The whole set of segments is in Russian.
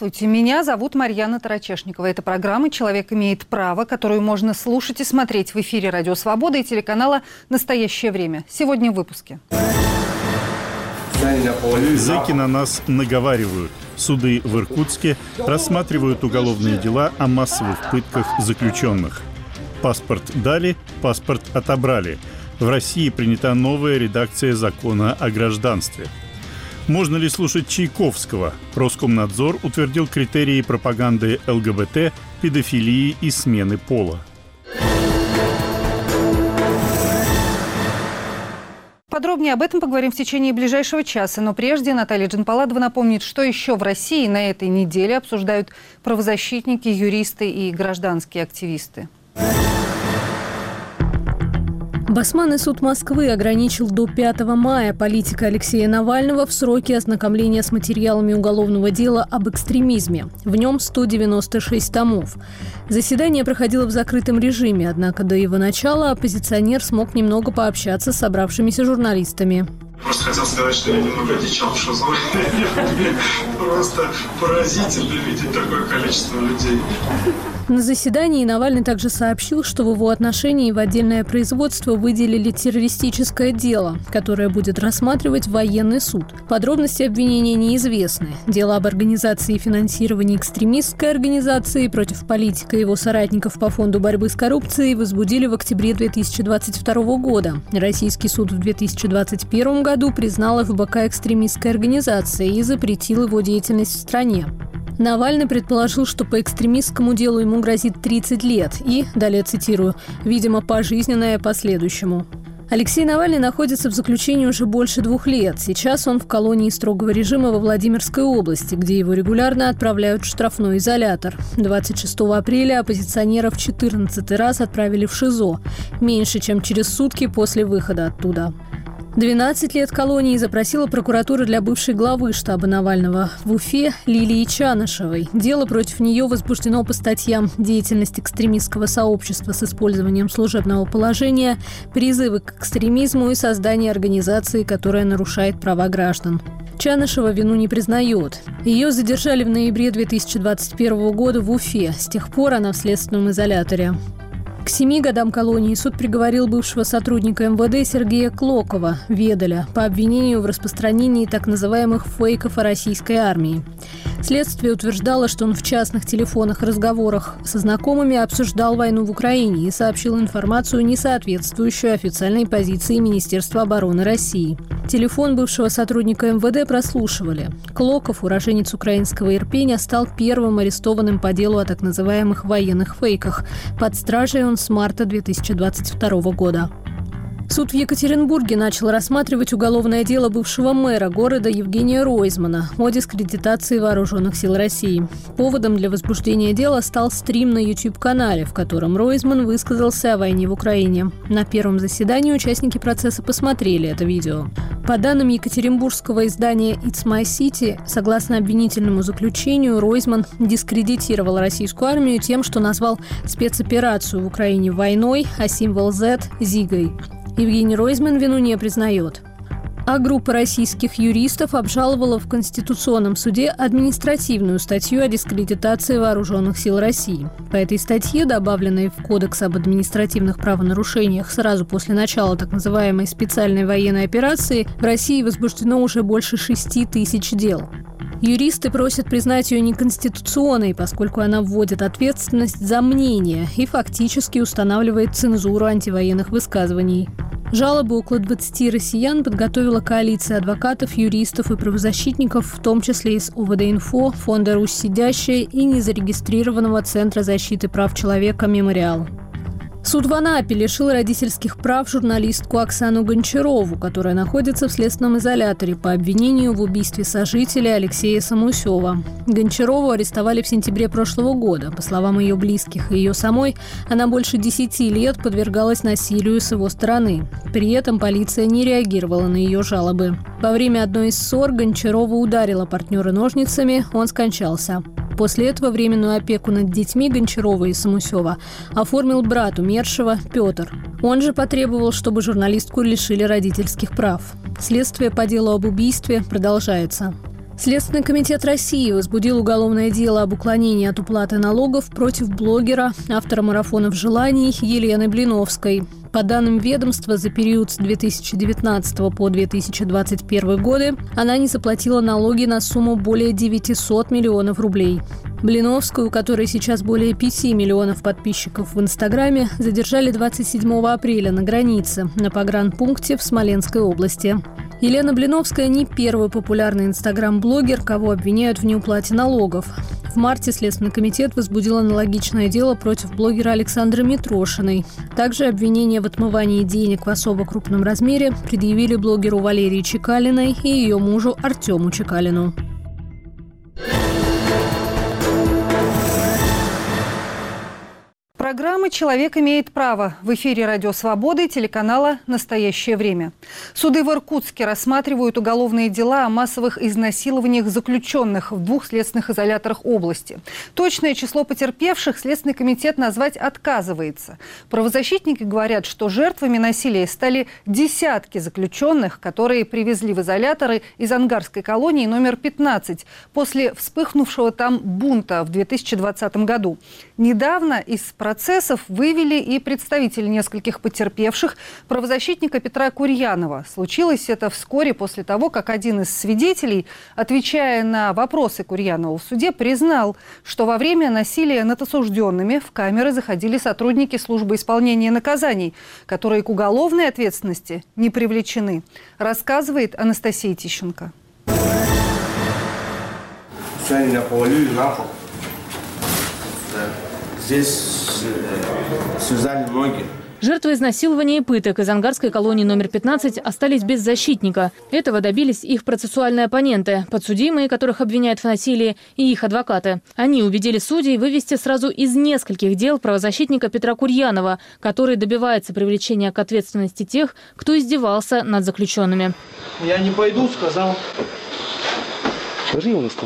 Здравствуйте, меня зовут Марьяна Тарачешникова. Это программа «Человек имеет право», которую можно слушать и смотреть в эфире «Радио Свобода» и телеканала «Настоящее время». Сегодня в выпуске. Зэки на нас наговаривают. Суды в Иркутске рассматривают уголовные дела о массовых пытках заключенных. Паспорт дали, паспорт отобрали. В России принята новая редакция закона о гражданстве. Можно ли слушать Чайковского? Роскомнадзор утвердил критерии пропаганды ЛГБТ, педофилии и смены пола. Подробнее об этом поговорим в течение ближайшего часа. Но прежде Наталья Джанпаладова напомнит, что еще в России на этой неделе обсуждают правозащитники, юристы и гражданские активисты. Басманный суд Москвы ограничил до 5 мая политика Алексея Навального в сроке ознакомления с материалами уголовного дела об экстремизме. В нем 196 томов. Заседание проходило в закрытом режиме, однако до его начала оппозиционер смог немного пообщаться с собравшимися журналистами. Просто хотел сказать, что я немного одичал в ШИЗО. Просто поразительно видеть такое количество людей. На заседании Навальный также сообщил, что в его отношении в отдельное производство выделили террористическое дело, которое будет рассматривать военный суд. Подробности обвинения неизвестны. Дело об организации и финансировании экстремистской организации против политика и его соратников по фонду борьбы с коррупцией возбудили в октябре 2022 года. Российский суд в 2021 году признал ФБК экстремистской организацией и запретил его деятельность в стране. Навальный предположил, что по экстремистскому делу ему грозит 30 лет и, далее цитирую, «видимо, пожизненное последующему». Алексей Навальный находится в заключении уже больше 2 лет. Сейчас он в колонии строгого режима во Владимирской области, где его регулярно отправляют в штрафной изолятор. 26 апреля оппозиционера в 14-й раз отправили в ШИЗО, меньше чем через сутки после выхода оттуда. 12 лет колонии запросила прокуратура для бывшей главы штаба Навального в Уфе Лилии Чанышевой. Дело против нее возбуждено по статьям «Деятельность экстремистского сообщества с использованием служебного положения», «Призывы к экстремизму» и «Создание организации, которая нарушает права граждан». Чанышева вину не признает. Ее задержали в ноябре 2021 года в Уфе. С тех пор она в следственном изоляторе. К 7 годам колонии суд приговорил бывшего сотрудника МВД Сергея Клокова, Ведаля, по обвинению в распространении так называемых фейков о российской армии. Следствие утверждало, что он в частных телефонных разговорах со знакомыми обсуждал войну в Украине и сообщил информацию, не соответствующую официальной позиции Министерства обороны России. Телефон бывшего сотрудника МВД прослушивали. Клоков, уроженец украинского Ирпеня, стал первым арестованным по делу о так называемых военных фейках. Под стражей он с марта 2022 года. Суд в Екатеринбурге начал рассматривать уголовное дело бывшего мэра города Евгения Ройзмана о дискредитации вооруженных сил России. Поводом для возбуждения дела стал стрим на YouTube-канале, в котором Ройзман высказался о войне в Украине. На первом заседании участники процесса посмотрели это видео. По данным екатеринбургского издания «It's My City», согласно обвинительному заключению, Ройзман дискредитировал российскую армию тем, что назвал спецоперацию в Украине войной, а символ Z – зигой. Евгений Ройзман вину не признает. А группа российских юристов обжаловала в Конституционном суде административную статью о дискредитации вооруженных сил России. По этой статье, добавленной в Кодекс об административных правонарушениях сразу после начала так называемой специальной военной операции, в России возбуждено уже больше 6 тысяч дел. Юристы просят признать ее неконституционной, поскольку она вводит ответственность за мнение и фактически устанавливает цензуру антивоенных высказываний. Жалобы около 20 россиян подготовила коалиция адвокатов, юристов и правозащитников, в том числе из ОВД-Инфо, Фонда «Русь сидящая» и незарегистрированного Центра защиты прав человека «Мемориал». Суд в Анапе лишил родительских прав журналистку Оксану Гончарову, которая находится в следственном изоляторе по обвинению в убийстве сожителя Алексея Самусева. Гончарову арестовали в сентябре прошлого года. По словам ее близких и ее самой, она больше 10 лет подвергалась насилию с его стороны. При этом полиция не реагировала на ее жалобы. Во время одной из ссор Гончарова ударила партнера ножницами, он скончался. После этого временную опеку над детьми Гончарова и Самусева оформил брат умершего Петр. Он же потребовал, чтобы журналистку лишили родительских прав. Следствие по делу об убийстве продолжается. Следственный комитет России возбудил уголовное дело об уклонении от уплаты налогов против блогера, автора марафонов желаний Елены Блиновской. По данным ведомства, за период с 2019 по 2021 годы она не заплатила налоги на сумму более 900 миллионов рублей. Блиновскую, у которой сейчас более 5 миллионов подписчиков в Инстаграме, задержали 27 апреля на границе, на погранпункте в Смоленской области. Елена Блиновская не первый популярный инстаграм-блогер, кого обвиняют в неуплате налогов. В марте Следственный комитет возбудил аналогичное дело против блогера Александры Митрошиной. Также обвинение в отмывании денег в особо крупном размере предъявили блогеру Валерии Чекалиной и ее мужу Артему Чекалину. Программа «Человек имеет право» в эфире «Радио Свобода» и телеканала «Настоящее время». Суды в Иркутске рассматривают уголовные дела о массовых изнасилованиях заключенных в 2 следственных изоляторах области. Точное число потерпевших Следственный комитет назвать отказывается. Правозащитники говорят, что жертвами насилия стали десятки заключенных, которые привезли в изоляторы из ангарской колонии номер 15 после вспыхнувшего там бунта в 2020 году. Недавно из процессов вывели и представители нескольких потерпевших правозащитника Петра Курьянова. Случилось это вскоре после того, как один из свидетелей, отвечая на вопросы Курьянова в суде, признал, что во время насилия над осужденными в камеры заходили сотрудники службы исполнения наказаний, которые к уголовной ответственности не привлечены, рассказывает Анастасия Тищенко. Сами меня повалили на пол. Здесь связали ноги. Жертвы изнасилования и пыток из ангарской колонии номер 15 остались без защитника. Этого добились их процессуальные оппоненты, подсудимые, которых обвиняют в насилии, и их адвокаты. Они убедили судей вывести сразу из нескольких дел правозащитника Петра Курьянова, который добивается привлечения к ответственности тех, кто издевался над заключенными. Я не пойду, сказал. Ложи его на стол.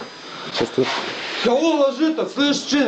Кого ложит-то, слышишь?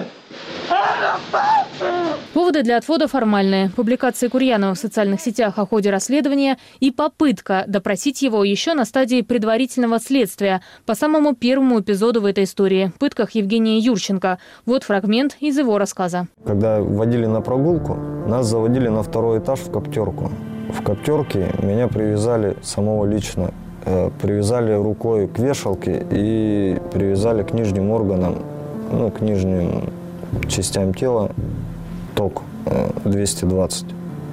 Поводы для отвода формальные. Публикации Курьянова в социальных сетях о ходе расследования и попытка допросить его еще на стадии предварительного следствия по самому первому эпизоду в этой истории – пытках Евгения Юрченко. Вот фрагмент из его рассказа. Когда водили на прогулку, нас заводили на 2-й этаж в коптерку. В коптерке меня привязали самого лично. Привязали рукой к вешалке и привязали к нижним органам, к нижним частям тела, ток 220.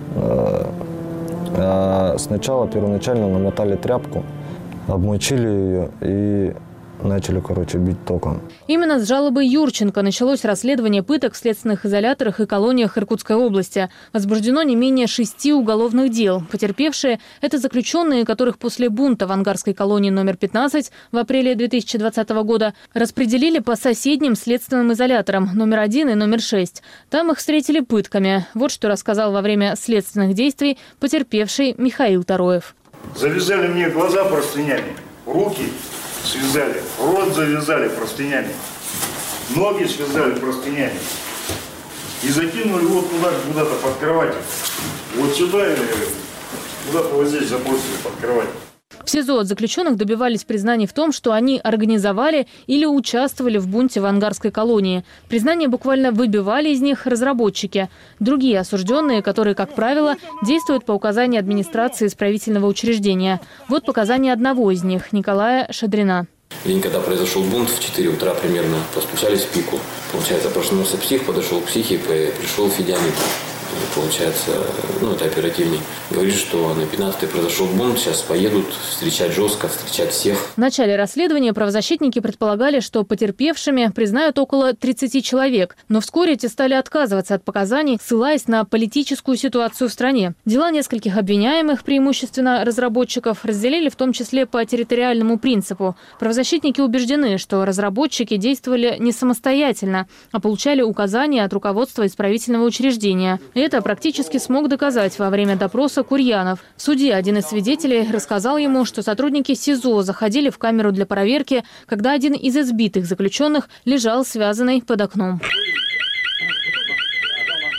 Сначала первоначально намотали тряпку, обмочили ее и начали, бить током. Именно с жалобы Юрченко началось расследование пыток в следственных изоляторах и колониях Иркутской области. Возбуждено не менее 6 уголовных дел. Потерпевшие – это заключенные, которых после бунта в ангарской колонии номер 15 в апреле 2020 года распределили по соседним следственным изоляторам номер 1 и номер 6. Там их встретили пытками. Вот что рассказал во время следственных действий потерпевший Михаил Тароев. Завязали мне глаза простынями, руки связали, рот завязали простынями, ноги связали простынями и закинули вот туда, куда-то под кровать. Вот сюда или куда-то вот здесь забросили под кровать. В СИЗО от заключенных добивались признаний в том, что они организовали или участвовали в бунте в ангарской колонии. Признания буквально выбивали из них разработчики. Другие осужденные, которые, как правило, действуют по указанию администрации исправительного учреждения. Вот показания одного из них – Николая Шадрина. В день, когда произошел бунт, в 4 утра примерно, постучались в пику. Получается, проснулся псих, подошел к психике, пришел Федянин. Получается, это оперативник. Говорит, что на 15-й произошел бунт, сейчас поедут встречать жестко, встречать всех. В начале расследования правозащитники предполагали, что потерпевшими признают около 30 человек. Но вскоре те стали отказываться от показаний, ссылаясь на политическую ситуацию в стране. Дела нескольких обвиняемых, преимущественно разработчиков, разделили в том числе по территориальному принципу. Правозащитники убеждены, что разработчики действовали не самостоятельно, а получали указания от руководства исправительного учреждения. Это практически смог доказать во время допроса Курьянов. В суде один из свидетелей рассказал ему, что сотрудники СИЗО заходили в камеру для проверки, когда один из избитых заключенных лежал связанный под окном.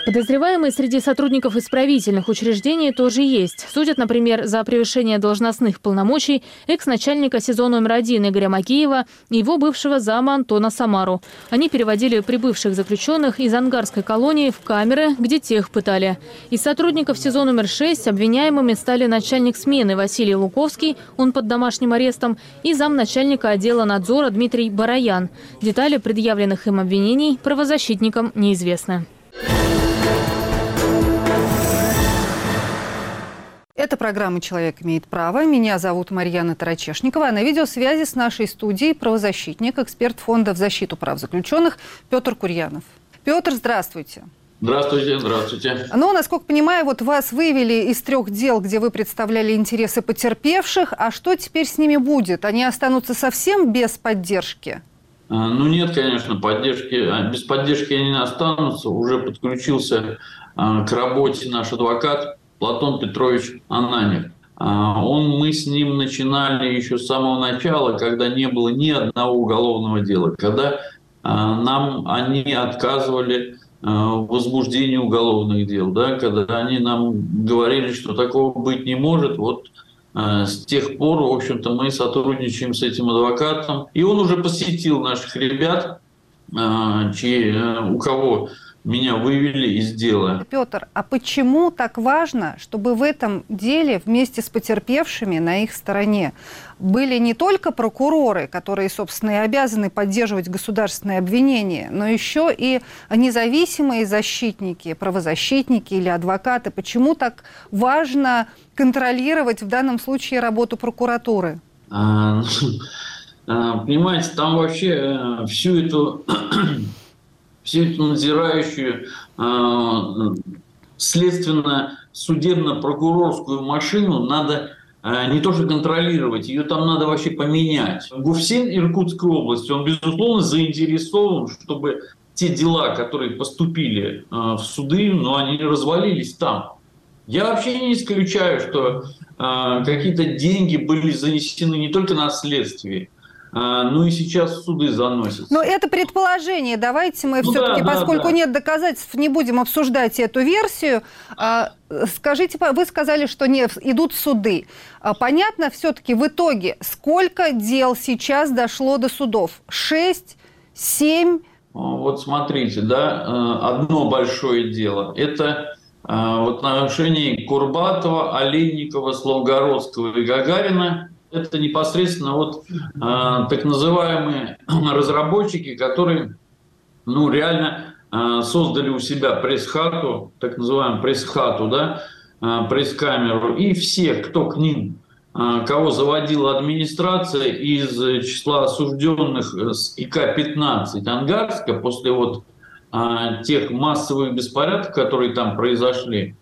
Подозреваемые среди сотрудников исправительных учреждений тоже есть. Судят, например, за превышение должностных полномочий экс-начальника СИЗО номер 1 Игоря Макеева и его бывшего зама Антона Самару. Они переводили прибывших заключенных из ангарской колонии в камеры, где тех пытали. Из сотрудников СИЗО номер 6 обвиняемыми стали начальник смены Василий Луковский, он под домашним арестом, и замначальника отдела надзора Дмитрий Бараян. Детали предъявленных им обвинений правозащитникам неизвестны. Это программа «Человек имеет право». Меня зовут Марьяна Тарачешникова. А на видеосвязи с нашей студией правозащитник, эксперт Фонда в защиту прав заключенных Петр Курьянов. Петр, здравствуйте. Здравствуйте, здравствуйте. Ну, насколько понимаю, вот вас вывели из 3 дел, где вы представляли интересы потерпевших. А что теперь с ними будет? Они останутся совсем без поддержки? Ну, нет, конечно, поддержки. Без поддержки они не останутся. Уже подключился к работе наш адвокат Платон Петрович Ананев. Мы с ним начинали еще с самого начала, когда не было ни одного уголовного дела, когда они отказывали в возбуждении уголовных дел, да, когда они нам говорили, что такого быть не может. Вот с тех пор, в общем-то, мы сотрудничаем с этим адвокатом. И он уже посетил наших ребят, у кого меня вывели из дела. Петр, а почему так важно, чтобы в этом деле вместе с потерпевшими на их стороне были не только прокуроры, которые, собственно, и обязаны поддерживать государственные обвинения, но еще и независимые защитники, правозащитники или адвокаты? Почему так важно контролировать в данном случае работу прокуратуры? Понимаете, там вообще всю эту надзирающую следственно-судебно-прокурорскую машину надо не то что контролировать, ее там надо вообще поменять. ГУФСИН Иркутской области, он, безусловно, заинтересован, чтобы те дела, которые поступили в суды, но они развалились там. Я вообще не исключаю, что какие-то деньги были занесены не только на следствие, ну и сейчас в суды заносятся. Но это предположение. Давайте мы все-таки, поскольку нет доказательств, не будем обсуждать эту версию. Скажите, вы сказали, что идут суды. Понятно все-таки в итоге, сколько дел сейчас дошло до судов? 6, 7? Вот смотрите, да, одно большое дело. Это в отношении Курбатова, Олейникова, Славгородского и Гагарина. Это непосредственно вот так называемые разработчики, которые реально создали у себя пресс-хату, так называемую пресс-хату, да, пресс-камеру, и все, кто к ним, кого заводила администрация из числа осужденных с ИК-15 Ангарска после вот тех массовых беспорядков, которые там произошли,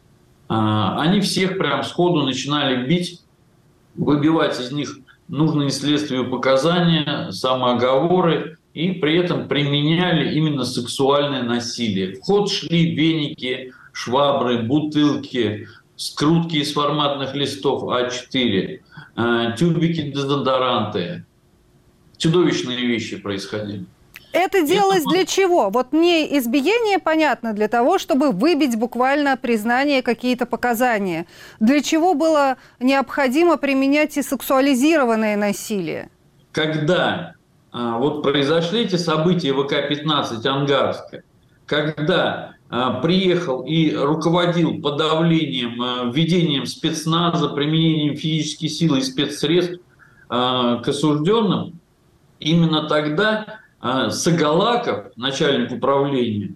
они всех прям сходу начинали бить, выбивать из них нужные следствию показания, самооговоры, и при этом применяли именно сексуальное насилие. В ход шли веники, швабры, бутылки, скрутки из форматных листов А4, тюбики дезодоранты. Чудовищные вещи происходили. Это делалось для чего? Вот мне избиение понятно, для того, чтобы выбить буквально признание, какие-то показания. Для чего было необходимо применять и сексуализированное насилие? Когда вот произошли эти события в ИК-15 Ангарска, когда приехал и руководил подавлением, введением спецназа, применением физической силы и спецсредств к осужденным, именно тогда Сагалаков, начальник управления,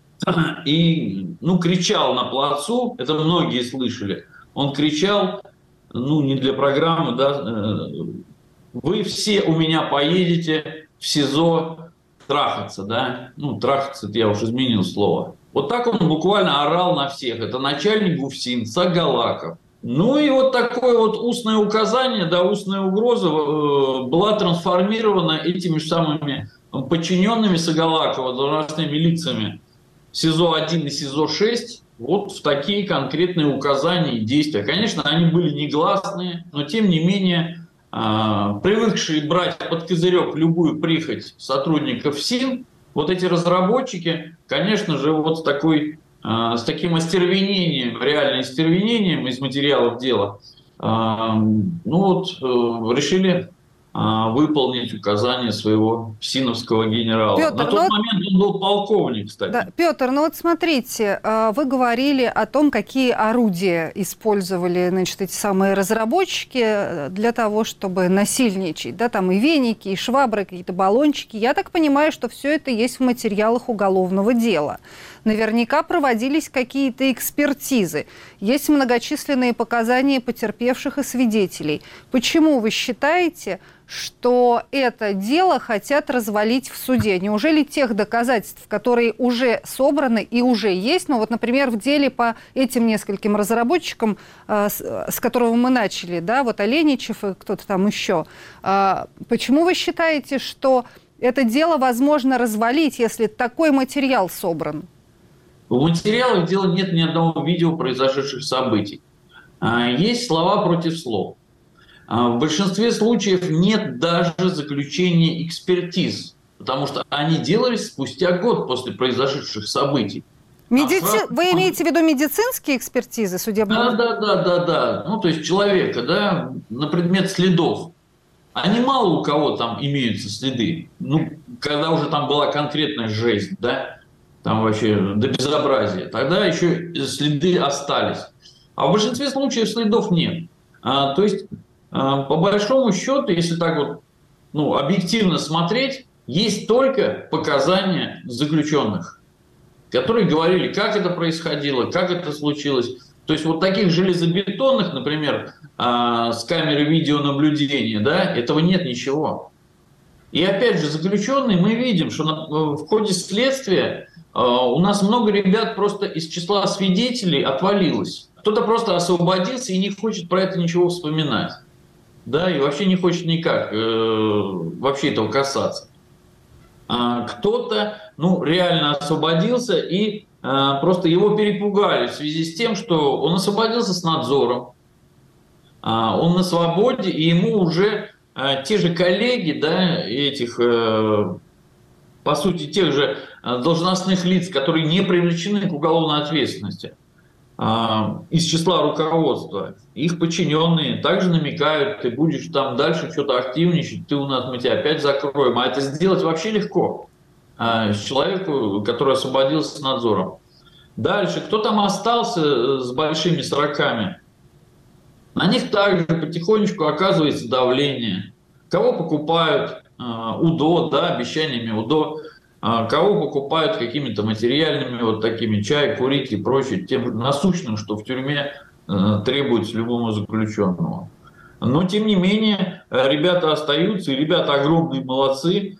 и кричал на плацу, это многие слышали, он кричал, не для программы, да, вы все у меня поедете в СИЗО трахаться, да, трахаться, это я уж изменил слово. Вот так он буквально орал на всех, это начальник ГУФСИН Сагалаков. И вот такое вот устное указание, да, устная угроза была трансформирована этими же самыми подчиненными Сагалакова, должностными лицами СИЗО-1 и СИЗО-6 вот в такие конкретные указания и действия. Конечно, они были негласные, но тем не менее привыкшие брать под козырек любую прихоть сотрудников СИН, вот эти разработчики, конечно же, вот с такой с таким остервенением, реально остервенением из материалов дела, решили выполнить указания своего синовского генерала. Петр, на тот момент он был полковник, кстати. Да, Петр, смотрите, вы говорили о том, какие орудия использовали, эти самые разработчики для того, чтобы насильничать. Да, там и веники, и швабры, какие-то баллончики. Я так понимаю, что все это есть в материалах уголовного дела. Наверняка проводились какие-то экспертизы. Есть многочисленные показания потерпевших и свидетелей. Почему вы считаете, что это дело хотят развалить в суде? Неужели тех доказательств, которые уже собраны и уже есть, например, в деле по этим нескольким разработчикам, с которого мы начали, да, Оленичев и кто-то там еще, почему вы считаете, что это дело возможно развалить, если такой материал собран? В материалах дела нет ни одного видео произошедших событий. Есть слова против слов. В большинстве случаев нет даже заключения экспертиз, потому что они делались спустя год после произошедших событий. Вы имеете в виду медицинские экспертизы судебного? Да. То есть человека, да, на предмет следов. Они мало у кого там имеются следы. Когда уже там была конкретная жизнь, да, там вообще до безобразия. Тогда еще следы остались. А в большинстве случаев следов нет. То есть, по большому счету, если так объективно смотреть, есть только показания заключенных, которые говорили, как это происходило, как это случилось. То есть таких железобетонных, например, с камеры видеонаблюдения, да, этого нет ничего. И опять же, заключенные, мы видим, что в ходе следствия у нас много ребят просто из числа свидетелей отвалилось. Кто-то просто освободился и не хочет про это ничего вспоминать. Да, и вообще не хочет никак вообще этого касаться. Кто-то, реально освободился и просто его перепугали в связи с тем, что он освободился с надзором. Он на свободе, и ему уже те же коллеги, да, этих, по сути, тех же должностных лиц, которые не привлечены к уголовной ответственности, из числа руководства, их подчиненные также намекают, ты будешь там дальше что-то активничать, мы тебя опять закроем. А это сделать вообще легко человеку, который освободился с надзором. Дальше, кто там остался с большими сроками, на них также потихонечку оказывается давление. Кого покупают УДО, да, обещаниями УДО, кого покупают какими-то материальными такими, чай, курить и прочее, тем насущным, что в тюрьме требуется любому заключенному. Но, тем не менее, ребята остаются, и ребята огромные молодцы.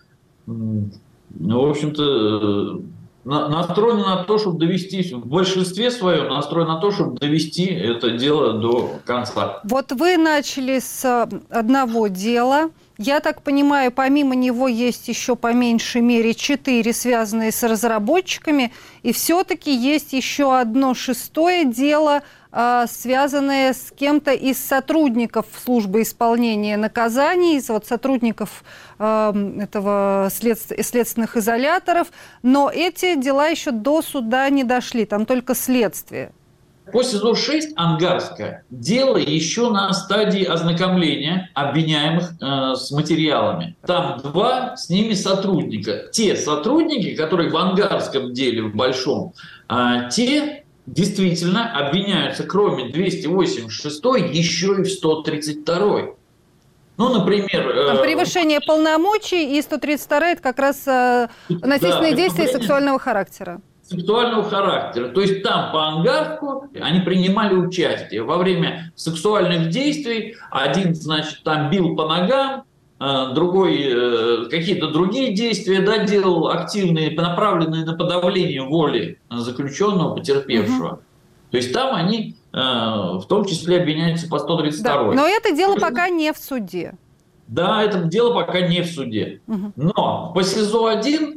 В общем-то, настроены на то, чтобы довести, в большинстве своем настроены на то, чтобы довести это дело до конца. Вы начали с одного дела. Я так понимаю, помимо него есть еще по меньшей мере 4, связанные с разработчиками, и все-таки есть еще одно 6-е дело, связанное с кем-то из сотрудников службы исполнения наказаний, из сотрудников этого следственных изоляторов, но эти дела еще до суда не дошли, там только следствие. По СИЗО-6 Ангарское дело еще на стадии ознакомления обвиняемых с материалами. Там 2 с ними сотрудника. Те сотрудники, которые в Ангарском деле, в большом, те действительно обвиняются, кроме 286 еще и в 132. Например... Там превышение полномочий, и 132 это как раз насильственные действия сексуального характера. Сексуального характера. То есть там по Ангарску они принимали участие во время сексуальных действий. Один, там бил по ногам, другой какие-то другие действия, да, делал активные, направленные на подавление воли заключенного, потерпевшего. То есть там они в том числе обвиняются по 132. Да, но это дело пока не в суде. Да, это дело пока не в суде. Но по СИЗО-1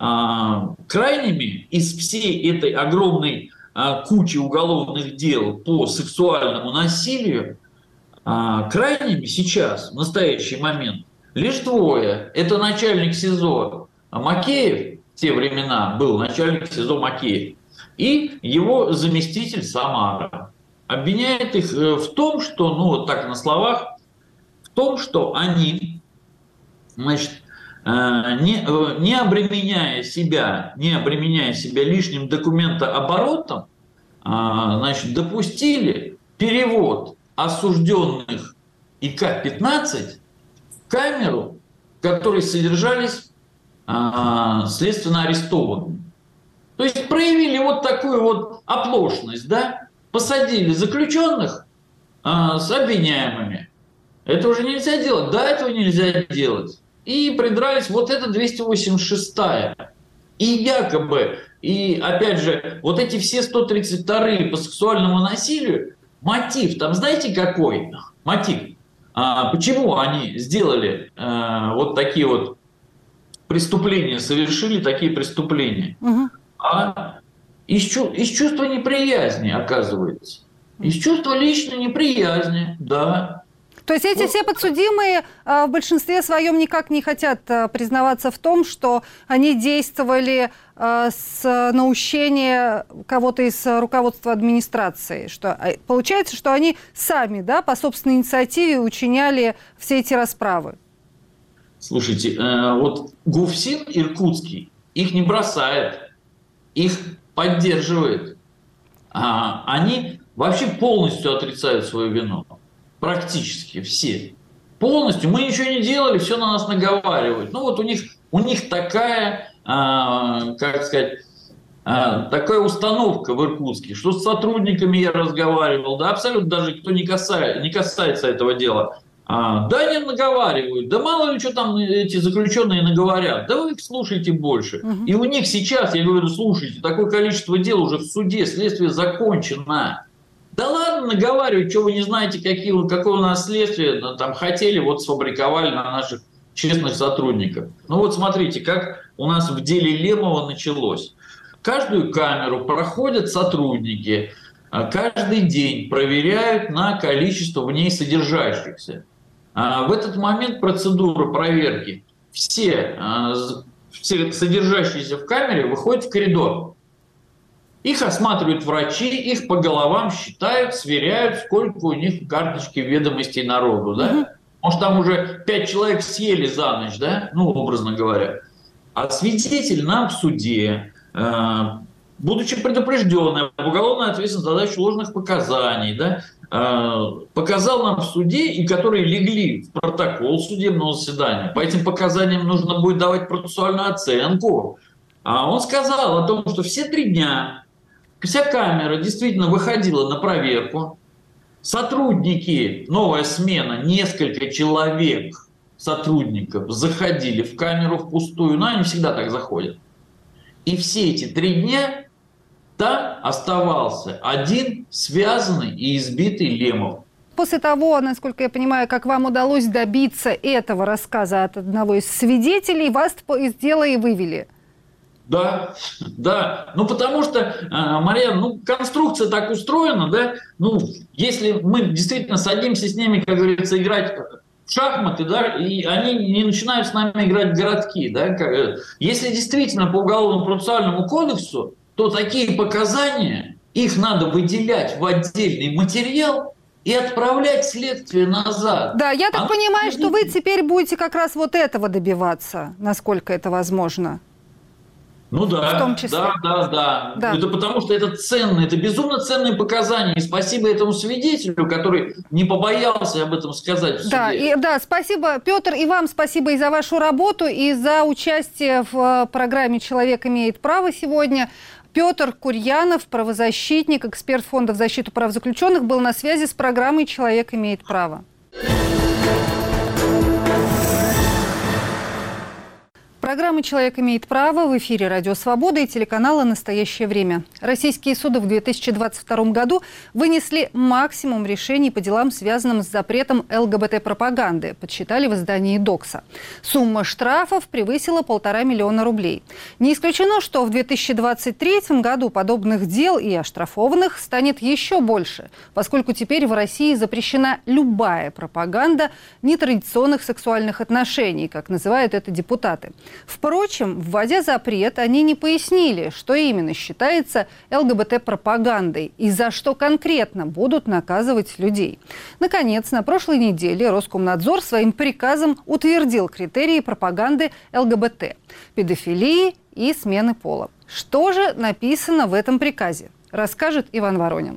крайними из всей этой огромной кучи уголовных дел по сексуальному насилию, крайними сейчас, в настоящий момент, лишь 2. Это начальник СИЗО Макеев, в те времена был начальник СИЗО Макеев, и его заместитель Самара. Обвиняет их в том, что, ну вот так на словах, в том, что они, значит, не обременяя себя лишним документооборотом, значит, допустили перевод осужденных ИК-15 в камеру, в которой содержались следственно арестованные. То есть проявили вот такую вот оплошность, да? Посадили заключенных с обвиняемыми. Это уже нельзя делать. Да, этого нельзя делать. И придрались вот это 286-я. И якобы, и опять же, вот эти все 132-е по сексуальному насилию, мотив там знаете какой? Мотив. Почему они сделали вот такие вот преступления, совершили такие преступления? Из чувства неприязни, оказывается. Из чувства личной неприязни, да. То есть эти все подсудимые в большинстве своем никак не хотят признаваться в том, что они действовали с наущения кого-то из руководства администрации. Что, получается, что они сами, да, по собственной инициативе учиняли все эти расправы. Слушайте, вот ГУФСИН иркутский их не бросает, их поддерживает. Они вообще полностью отрицают свою вину. Практически все. Полностью. Мы ничего не делали, все на нас наговаривают. Ну вот у них такая, как сказать, такая установка в Иркутске, что с сотрудниками я разговаривал, да, абсолютно даже кто не касается этого дела. Да, они наговаривают, да мало ли что там эти заключенные наговорят, да вы их слушайте больше. И у них сейчас, я говорю, слушайте, такое количество дел уже в суде, следствие закончено. Да ладно наговаривать, что вы не знаете, какое у нас следствие, там хотели, вот сфабриковали на наших честных сотрудников. Ну вот смотрите, как у нас в деле Лемова началось. Каждую камеру проходят сотрудники, каждый день проверяют на количество в ней содержащихся. В этот момент процедура проверки все содержащиеся в камере выходят в коридор. Их осматривают врачи, их по головам считают, сверяют, сколько у них в карточке ведомостей народу. Да? Может, там уже 5 человек съели за ночь, да? Ну, образно говоря. А свидетель нам в суде, будучи предупрежденным об уголовной ответственности за дачу ложных показаний, да, показал нам в суде, и которые легли в протокол судебного заседания. По этим показаниям нужно будет давать процессуальную оценку. Он сказал о том, что все 3 дня вся камера действительно выходила на проверку. Сотрудники, новая смена, несколько человек сотрудников заходили в камеру впустую, но они всегда так заходят. И все эти 3 дня там оставался один связанный и избитый Лемов. После того, насколько я понимаю, как вам удалось добиться этого рассказа от одного из свидетелей, вас из дела и вывели. Да, да. Ну, потому что, Марьяна, конструкция так устроена, да, если мы действительно садимся с ними, как говорится, играть в шахматы, да, и они не начинают с нами играть в городки, да, если действительно по Уголовному процессуальному кодексу, то такие показания, их надо выделять в отдельный материал и отправлять следствие назад. Да, я так понимаю, что вы теперь будете как раз вот этого добиваться, насколько это возможно. Ну да, в том числе. Да. Это потому что это ценно, это безумно ценные показания. И спасибо этому свидетелю, который не побоялся об этом сказать в суде. Да, спасибо, Петр, и вам спасибо и за вашу работу, и за участие в программе «Человек имеет право» сегодня. Петр Курьянов, правозащитник, эксперт Фонда в защиту прав заключенных, был на связи с программой «Человек имеет право». Программа «Человек имеет право» в эфире «Радио Свобода» и телеканала «Настоящее время». Российские суды в 2022 году вынесли максимум решений по делам, связанным с запретом ЛГБТ-пропаганды, подсчитали в издании «Докса». Сумма штрафов превысила 1,5 миллиона рублей. Не исключено, что в 2023 году подобных дел и оштрафованных станет еще больше, поскольку теперь в России запрещена любая пропаганда нетрадиционных сексуальных отношений, как называют это депутаты. Впрочем, вводя запрет, они не пояснили, что именно считается ЛГБТ-пропагандой и за что конкретно будут наказывать людей. Наконец, на прошлой неделе Роскомнадзор своим приказом утвердил критерии пропаганды ЛГБТ, педофилии и смены пола. Что же написано в этом приказе, расскажет Иван Воронин.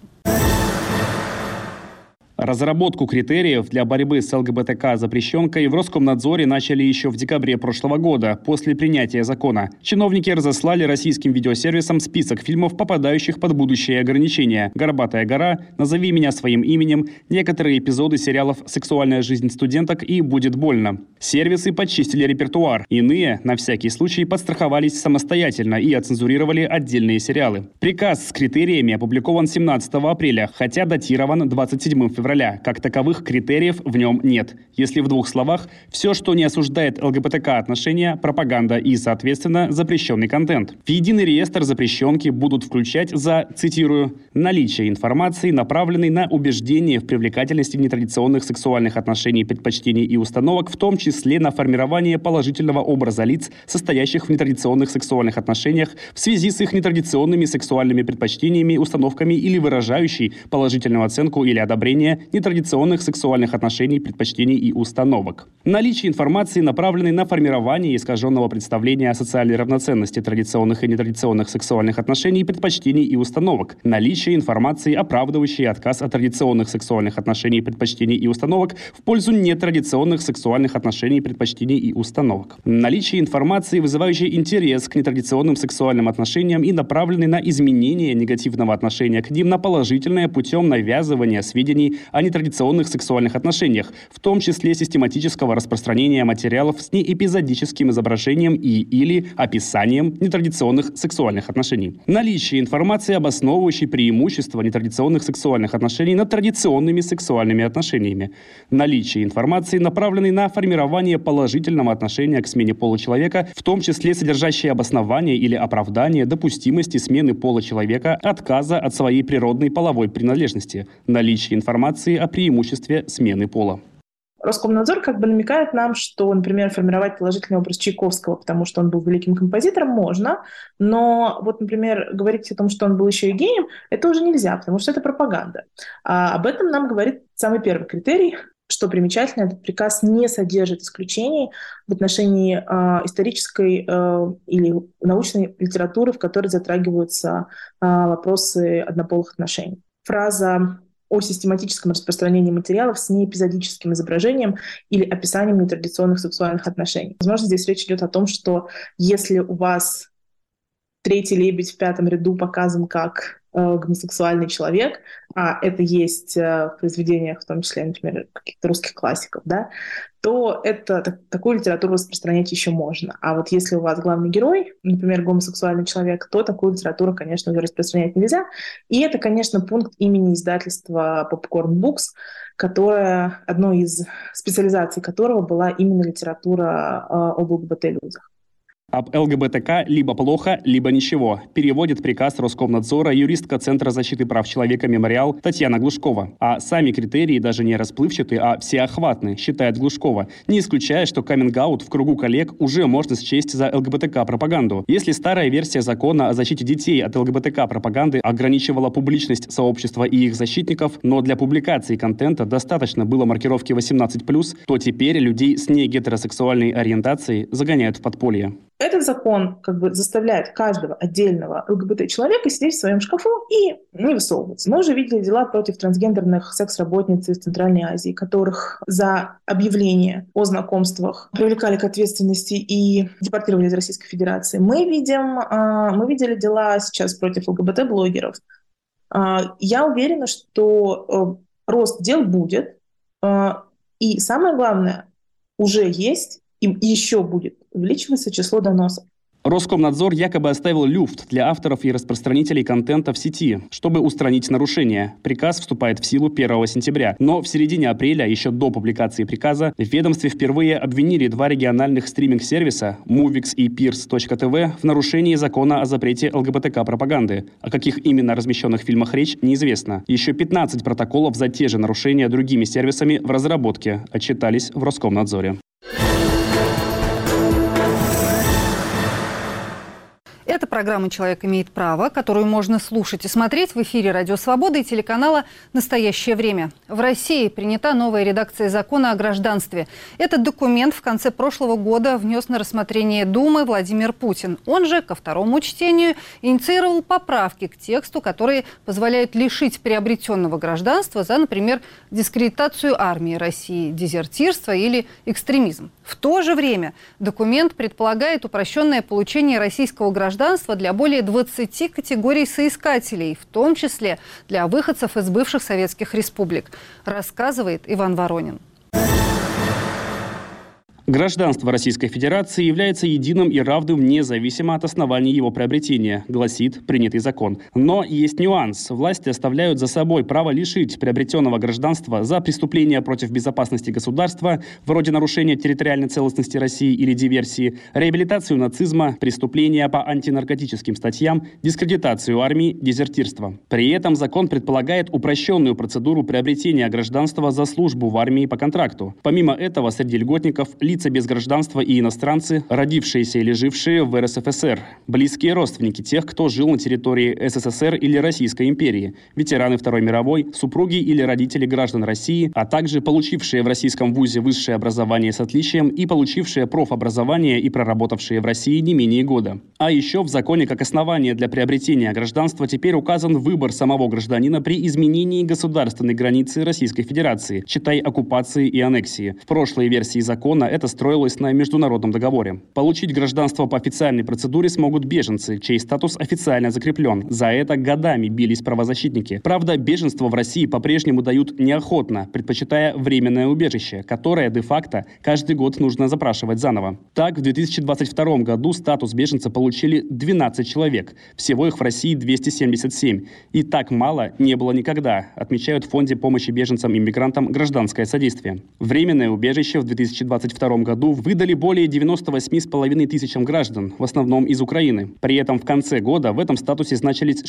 Разработку критериев для борьбы с ЛГБТК-запрещенкой в Роскомнадзоре начали еще в декабре прошлого года, после принятия закона. Чиновники разослали российским видеосервисам список фильмов, попадающих под будущие ограничения. «Горбатая гора», «Назови меня своим именем», некоторые эпизоды сериалов «Сексуальная жизнь студенток» и «Будет больно». Сервисы подчистили репертуар. Иные, на всякий случай, подстраховались самостоятельно и оцензурировали отдельные сериалы. Приказ с критериями опубликован 17 апреля, хотя датирован 27 февраля. Как таковых критериев в нем нет. Если в двух словах, все, что не осуждает ЛГБТК-отношения, пропаганда и, соответственно, запрещенный контент. В единый реестр запрещенки будут включать за, цитирую, «наличие информации, направленной на убеждение в привлекательности нетрадиционных сексуальных отношений, предпочтений и установок, в том числе на формирование положительного образа лиц, состоящих в нетрадиционных сексуальных отношениях в связи с их нетрадиционными сексуальными предпочтениями, установками или выражающей положительную оценку или одобрение нетрадиционных сексуальных отношений, предпочтений и установок. Наличие информации, направленной на формирование искаженного представления о социальной равноценности традиционных и нетрадиционных сексуальных отношений, предпочтений и установок. Наличие информации, оправдывающей отказ от традиционных сексуальных отношений, предпочтений и установок в пользу нетрадиционных сексуальных отношений, предпочтений и установок. Наличие информации, вызывающей интерес к нетрадиционным сексуальным отношениям и направленной на изменение негативного отношения к ним на положительное путем навязывания сведений о нетрадиционных сексуальных отношениях, в том числе систематического распространения материалов с неэпизодическим изображением и/или описанием нетрадиционных сексуальных отношений. Наличие информации, обосновывающей преимущества нетрадиционных сексуальных отношений над традиционными сексуальными отношениями. Наличие информации, направленной на формирование положительного отношения к смене пола человека, в том числе содержащей обоснование или оправдание допустимости смены пола человека, отказа от своей природной половой принадлежности. Наличие информации о преимуществе смены пола. Роскомнадзор намекает нам, что, например, формировать положительный образ Чайковского, потому что он был великим композитором, можно, но например, говорить о том, что он был еще и гением, это уже нельзя, потому что это пропаганда. А об этом нам говорит самый первый критерий. Что примечательно, этот приказ не содержит исключений в отношении исторической или научной литературы, в которой затрагиваются вопросы однополых отношений. Фраза о систематическом распространении материалов с неэпизодическим изображением или описанием нетрадиционных сексуальных отношений. Возможно, здесь речь идет о том, что если у вас третий лебедь в пятом ряду показан как гомосексуальный человек, а это есть в произведениях, в том числе, например, каких-то русских классиков, да, то такую литературу распространять еще можно. А если у вас главный герой, например, гомосексуальный человек, то такую литературу, конечно, уже распространять нельзя. И это, конечно, пункт имени издательства Popcorn Books, которое, одной из специализаций которого была именно литература об ЛГБТ-людях. Об ЛГБТК либо плохо, либо ничего, переводит приказ Роскомнадзора юристка Центра защиты прав человека «Мемориал» Татьяна Глушкова. А сами критерии даже не расплывчаты, а всеохватны, считает Глушкова, не исключая, что каминг-аут в кругу коллег уже можно счесть за ЛГБТК-пропаганду. Если старая версия закона о защите детей от ЛГБТК-пропаганды ограничивала публичность сообщества и их защитников, но для публикации контента достаточно было маркировки 18+, то теперь людей с негетеросексуальной ориентацией загоняют в подполье. Этот закон заставляет каждого отдельного ЛГБТ-человека сидеть в своем шкафу и не высовываться. Мы уже видели дела против трансгендерных секс-работниц из Центральной Азии, которых за объявление о знакомствах привлекали к ответственности и депортировали из Российской Федерации. Мы видели дела сейчас против ЛГБТ-блогеров. Я уверена, что рост дел будет. И самое главное, уже есть и еще будет увеличиваться число доносов. Роскомнадзор якобы оставил люфт для авторов и распространителей контента в сети, чтобы устранить нарушения. Приказ вступает в силу 1 сентября. Но в середине апреля, еще до публикации приказа, в ведомстве впервые обвинили 2 региональных стриминг-сервиса Movix и Peers.tv в нарушении закона о запрете ЛГБТК-пропаганды. О каких именно размещенных фильмах речь, неизвестно. Еще 15 протоколов за те же нарушения другими сервисами в разработке, отчитались в Роскомнадзоре. Это программа «Человек имеет право», которую можно слушать и смотреть в эфире «Радио Свобода» и телеканала «Настоящее время». В России принята новая редакция закона о гражданстве. Этот документ в конце прошлого года внес на рассмотрение Думы Владимир Путин. Он же ко второму чтению инициировал поправки к тексту, которые позволяют лишить приобретенного гражданства за, например, дискредитацию армии России, дезертирство или экстремизм. В то же время документ предполагает упрощенное получение российского гражданства для более 20 категорий соискателей, в том числе для выходцев из бывших советских республик, рассказывает Иван Воронин. Гражданство Российской Федерации является единым и равным независимо от оснований его приобретения, гласит принятый закон. Но есть нюанс. Власти оставляют за собой право лишить приобретенного гражданства за преступления против безопасности государства, вроде нарушения территориальной целостности России или диверсии, реабилитацию нацизма, преступления по антинаркотическим статьям, дискредитацию армии, дезертирство. При этом закон предполагает упрощенную процедуру приобретения гражданства за службу в армии по контракту. Помимо этого, среди льготников лица без гражданства и иностранцы, родившиеся или жившие в РСФСР, близкие родственники тех, кто жил на территории СССР или Российской империи, ветераны Второй мировой, супруги или родители граждан России, а также получившие в российском вузе высшее образование с отличием и получившие профобразование и проработавшие в России не менее года. А еще в законе как основание для приобретения гражданства теперь указан выбор самого гражданина при изменении государственной границы Российской Федерации, считай оккупации и аннексии. В прошлой версии закона это строилось на международном договоре. Получить гражданство по официальной процедуре смогут беженцы, чей статус официально закреплен. За это годами бились правозащитники. Правда, беженство в России по-прежнему дают неохотно, предпочитая временное убежище, которое де-факто каждый год нужно запрашивать заново. Так, в 2022 году статус беженца получили 12 человек. Всего их в России 277. И так мало не было никогда, отмечают в Фонде помощи беженцам и мигрантам «Гражданское содействие». Временное убежище в 2022 году выдали более 98,5 тысячам граждан, в основном из Украины. При этом в конце года в этом статусе значились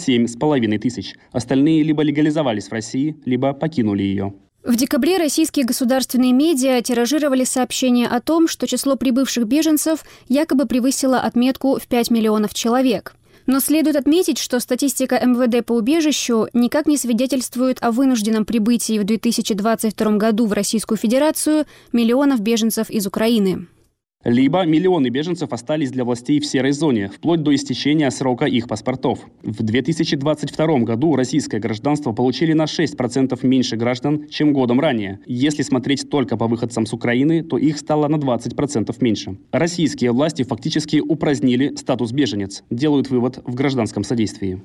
67,5 тысяч. Остальные либо легализовались в России, либо покинули ее. В декабре российские государственные медиа тиражировали сообщение о том, что число прибывших беженцев якобы превысило отметку в 5 миллионов человек. Но следует отметить, что статистика МВД по убежищу никак не свидетельствует о вынужденном прибытии в 2022 году в Российскую Федерацию миллионов беженцев из Украины. Либо миллионы беженцев остались для властей в серой зоне, вплоть до истечения срока их паспортов. В 2022 году российское гражданство получили на 6% меньше граждан, чем годом ранее. Если смотреть только по выходцам с Украины, то их стало на 20% меньше. Российские власти фактически упразднили статус беженец, делают вывод в гражданском содействии.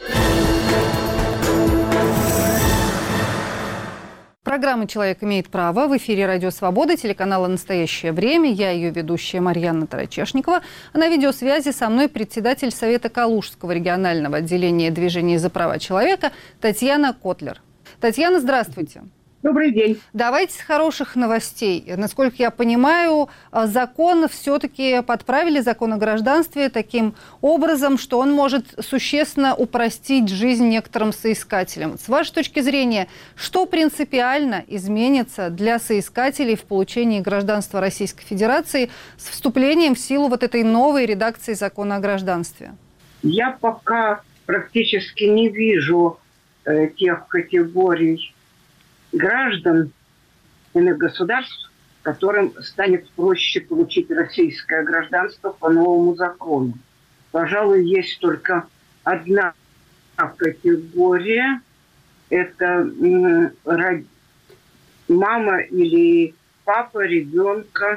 Программа «Человек имеет право» в эфире «Радио Свобода», телеканала «Настоящее время». Я ее ведущая Марьяна Тарачешникова. А на видеосвязи со мной председатель Совета Калужского регионального отделения движения за права человека Татьяна Котлер. Татьяна, здравствуйте. Добрый день. Давайте с хороших новостей. Насколько я понимаю, закон все-таки подправили, закон о гражданстве, таким образом, что он может существенно упростить жизнь некоторым соискателям. С вашей точки зрения, что принципиально изменится для соискателей в получении гражданства Российской Федерации с вступлением в силу вот этой новой редакции закона о гражданстве? Я пока практически не вижу тех категорий граждан иных государств, которым станет проще получить российское гражданство по новому закону. Пожалуй, есть только одна категория. Это мама или папа ребенка,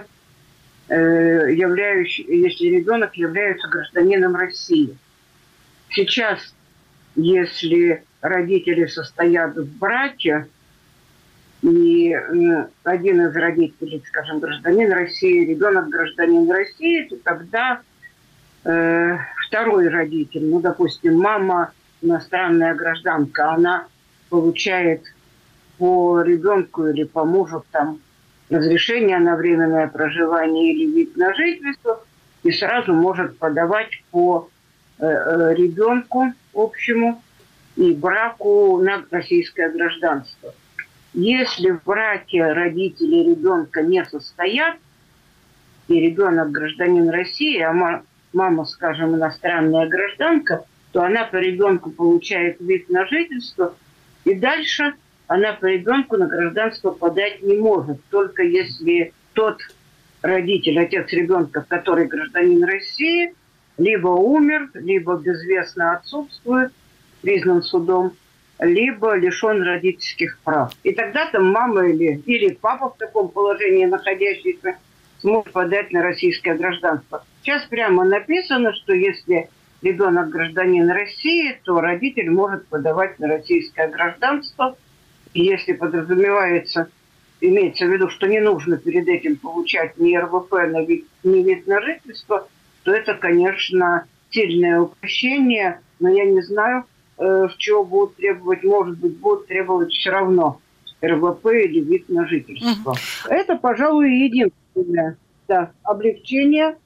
если ребенок является гражданином России. Сейчас, если родители состоят в браке, и один из родителей, скажем, гражданин России, ребенок гражданин России, то тогда второй родитель, допустим, мама иностранная гражданка, она получает по ребенку или по мужу там разрешение на временное проживание или вид на жительство и сразу может подавать по ребенку общему и браку на российское гражданство. Если в браке родители ребенка не состоят, и ребенок гражданин России, а мама, скажем, иностранная гражданка, то она по ребенку получает вид на жительство, и дальше она по ребенку на гражданство подать не может, только если тот родитель, отец ребенка, который гражданин России, либо умер, либо безвестно отсутствует, признан судом, либо лишен родительских прав. И тогда там мама или папа в таком положении находящийся сможет подать на российское гражданство. Сейчас прямо написано, что если ребенок гражданин России, то родитель может подавать на российское гражданство. И если подразумевается, имеется в виду, что не нужно перед этим получать ни РВП, ни вид на жительство, то это, конечно, сильное упрощение, но я не знаю, в чего будут требовать. Может быть, будут требовать все равно РВП или вид на жительство. Это, пожалуй, единственное облегчение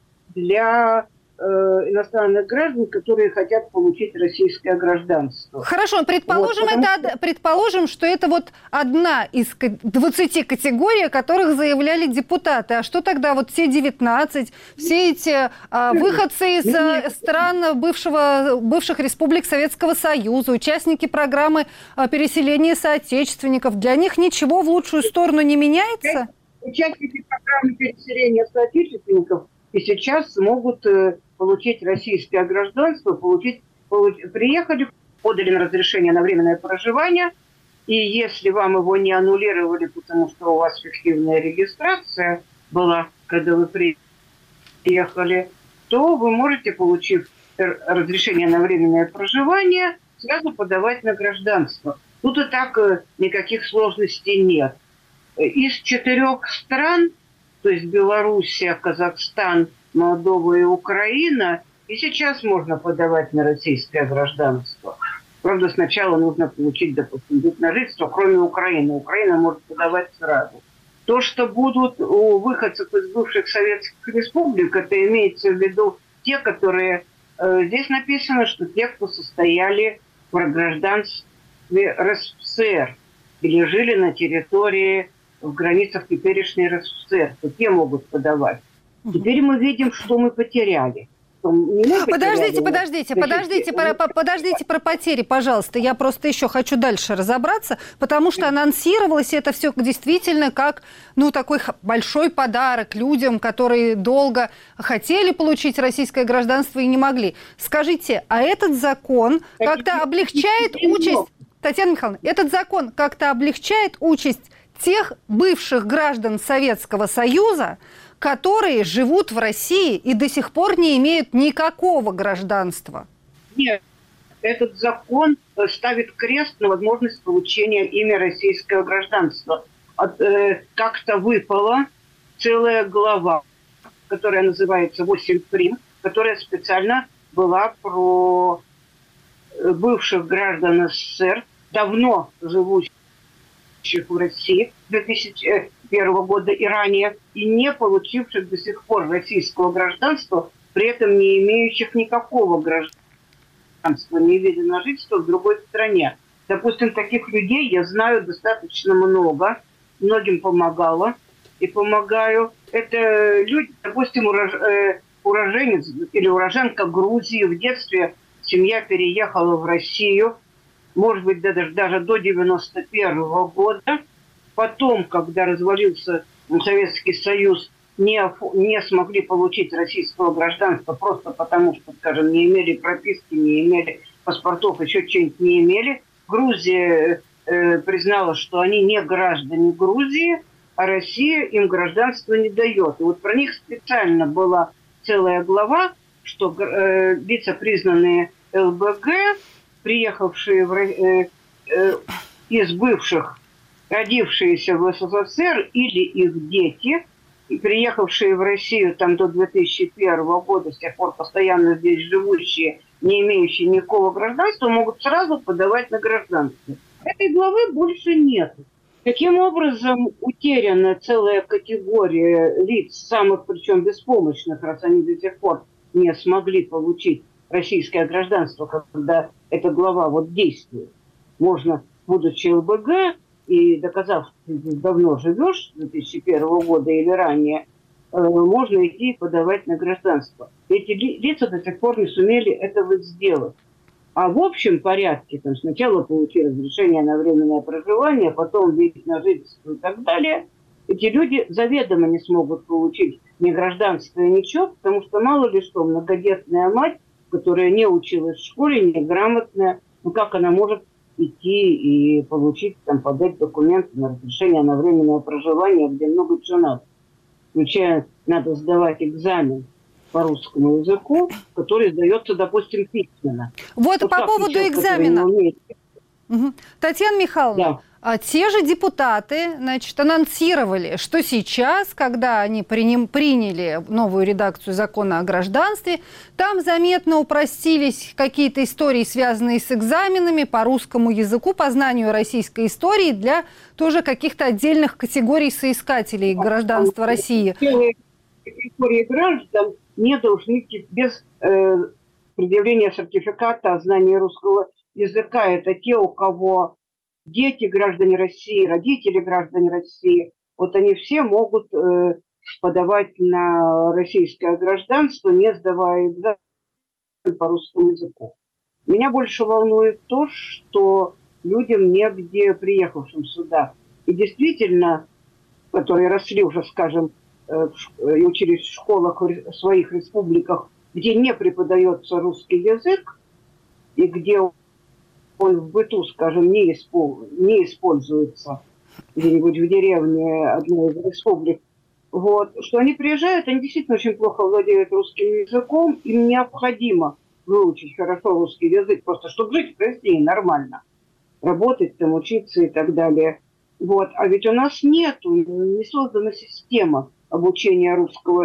для иностранных граждан, которые хотят получить российское гражданство. Хорошо, предположим, предположим, что это вот одна из 20 категорий, о которых заявляли депутаты. А что тогда вот все 19, все эти выходцы из стран бывших республик Советского Союза, участники программы переселения соотечественников, для них ничего в лучшую сторону не меняется? Участники программы переселения соотечественников и сейчас могут получить российское гражданство, приехали, подали на разрешение на временное проживание, и если вам его не аннулировали, потому что у вас фиктивная регистрация была, когда вы приехали, то вы можете, получив разрешение на временное проживание, сразу подавать на гражданство. Тут и так никаких сложностей нет. Из 4 стран, то есть Белоруссия, Казахстан, Молдова и Украина, и сейчас можно подавать на российское гражданство. Правда, сначала нужно получить, допустим, вид на жительство, кроме Украины. Украина может подавать сразу. То, что будут у выходцев из бывших советских республик, это имеется в виду те, которые... Здесь написано, что те, кто состояли в гражданстве РСФСР или жили на территории в границах теперешней РСФСР, то те могут подавать. Теперь мы видим, что мы потеряли. Подождите про потери, пожалуйста. Я просто еще хочу дальше разобраться, потому что анонсировалось это все действительно как такой большой подарок людям, которые долго хотели получить российское гражданство и не могли. Скажите, а этот закон как-то облегчает участь... Татьяна Михайловна, этот закон как-то облегчает участь тех бывших граждан Советского Союза, которые живут в России и до сих пор не имеют никакого гражданства? Нет, этот закон ставит крест на возможность получения ими российского гражданства. Как-то выпала целая глава, которая называется 8 прим, которая специально была про бывших граждан СССР, давно живущих в России 2001 года и ранее, и не получивших до сих пор российского гражданства, при этом не имеющих никакого гражданства, не видя на жительство в другой стране. Допустим, таких людей я знаю достаточно много, многим помогала и помогаю. Это люди, допустим, уроженец или уроженка Грузии, в детстве семья переехала в Россию, может быть, даже до 91 года. Потом, когда развалился Советский Союз, не смогли получить российского гражданства просто потому, что, скажем, не имели прописки, не имели паспортов, еще что-нибудь не имели. Грузия признала, что они не граждане Грузии, а Россия им гражданство не дает. И вот про них специально была целая глава, что вице-признанные ЛБГ, приехавшие из бывших, родившиеся в СССР или их дети, и приехавшие в Россию там до 2001 года, с тех пор постоянно здесь живущие, не имеющие никакого гражданства, могут сразу подавать на гражданство. Этой главы больше нет. Таким образом, утеряна целая категория лиц, самых причем беспомощных, раз они до сих пор не смогли получить российское гражданство, когда эта глава вот действует. Можно, будучи ЛБГ и доказав, что ты здесь давно живешь, с 2001 года или ранее, можно идти и подавать на гражданство. Эти лица до сих пор не сумели этого сделать. А в общем порядке, там, сначала получили разрешение на временное проживание, потом вид на жительство и так далее, эти люди заведомо не смогут получить ни гражданство, ничего, потому что мало ли что, многодетная мать, которая не училась в школе, неграмотная, ну как она может идти и получить, там, подать документы на разрешение на временное проживание, где много чего надо. Включая, надо сдавать экзамен по русскому языку, который сдается, допустим, письменно. Вот по поводу экзамена. Татьяна Михайловна, те же депутаты, значит, анонсировали, что сейчас, когда они приняли новую редакцию закона о гражданстве, там заметно упростились какие-то истории, связанные с экзаменами по русскому языку, по знанию российской истории для тоже каких-то отдельных категорий соискателей гражданства России. Категории граждан не должны идти без предъявления сертификата о знании русского языка. Это те, у кого дети граждане России, родители граждане России. Вот они все могут подавать на российское гражданство, не сдавая экзамен по русскому языку. Меня больше волнует то, что людям негде, приехавшим сюда, и действительно, которые росли уже, скажем, и учились в школах в своих республиках, где не преподается русский язык, и где он в быту, скажем, не используется где-нибудь в деревне одной из республик, вот, что они приезжают, они действительно очень плохо владеют русским языком, им необходимо выучить хорошо русский язык, просто чтобы жить в России нормально, работать там, учиться и так далее. Вот. А ведь у нас не создана система обучения русскому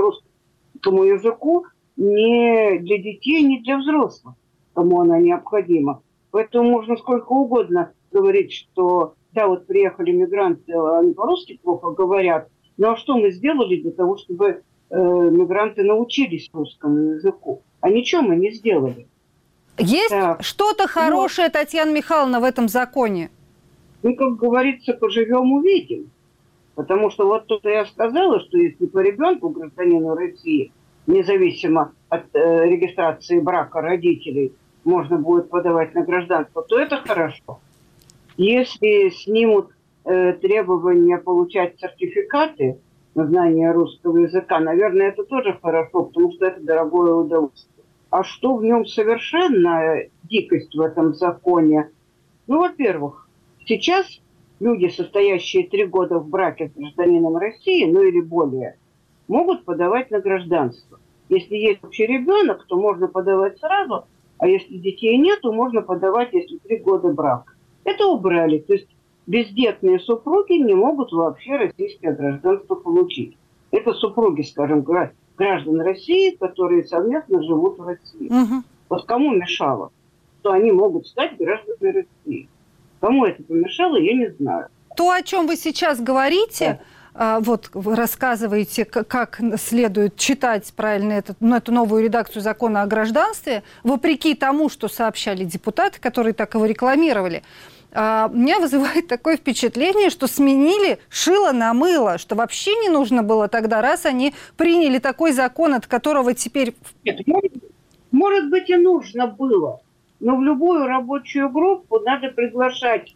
языку ни для детей, ни для взрослых, кому она необходима. Поэтому можно сколько угодно говорить, что да, вот приехали мигранты, они по-русски плохо говорят, но что мы сделали для того, чтобы мигранты научились русскому языку? А ничего мы не сделали. Есть что-то хорошее, Татьяна Михайловна, в этом законе? Ну, как говорится, поживем, увидим. Потому что вот тут я сказала, что если по ребенку, гражданину России, независимо от регистрации брака родителей, можно будет подавать на гражданство, то это хорошо. Если снимут требования получать сертификаты на знание русского языка, наверное, это тоже хорошо, потому что это дорогое удовольствие. А что в нем совершенно дикость в этом законе? Ну, во-первых, сейчас люди, состоящие 3 года в браке с гражданином России, ну или более, могут подавать на гражданство. Если есть общий ребенок, то можно подавать сразу, а если детей нет, то можно подавать, если 3 года брака. Это убрали. То есть бездетные супруги не могут вообще российское гражданство получить. Это супруги, скажем, граждан России, которые совместно живут в России. Угу. Вот кому мешало, что они могут стать гражданами России? Кому это помешало, я не знаю. То, о чем вы сейчас говорите, вот вы рассказываете, как следует читать правильно эту новую редакцию закона о гражданстве, вопреки тому, что сообщали депутаты, которые так его рекламировали, меня вызывает такое впечатление, что сменили шило на мыло, что вообще не нужно было тогда, раз они приняли такой закон, от которого теперь... Нет, может быть, и нужно было. Но в любую рабочую группу надо приглашать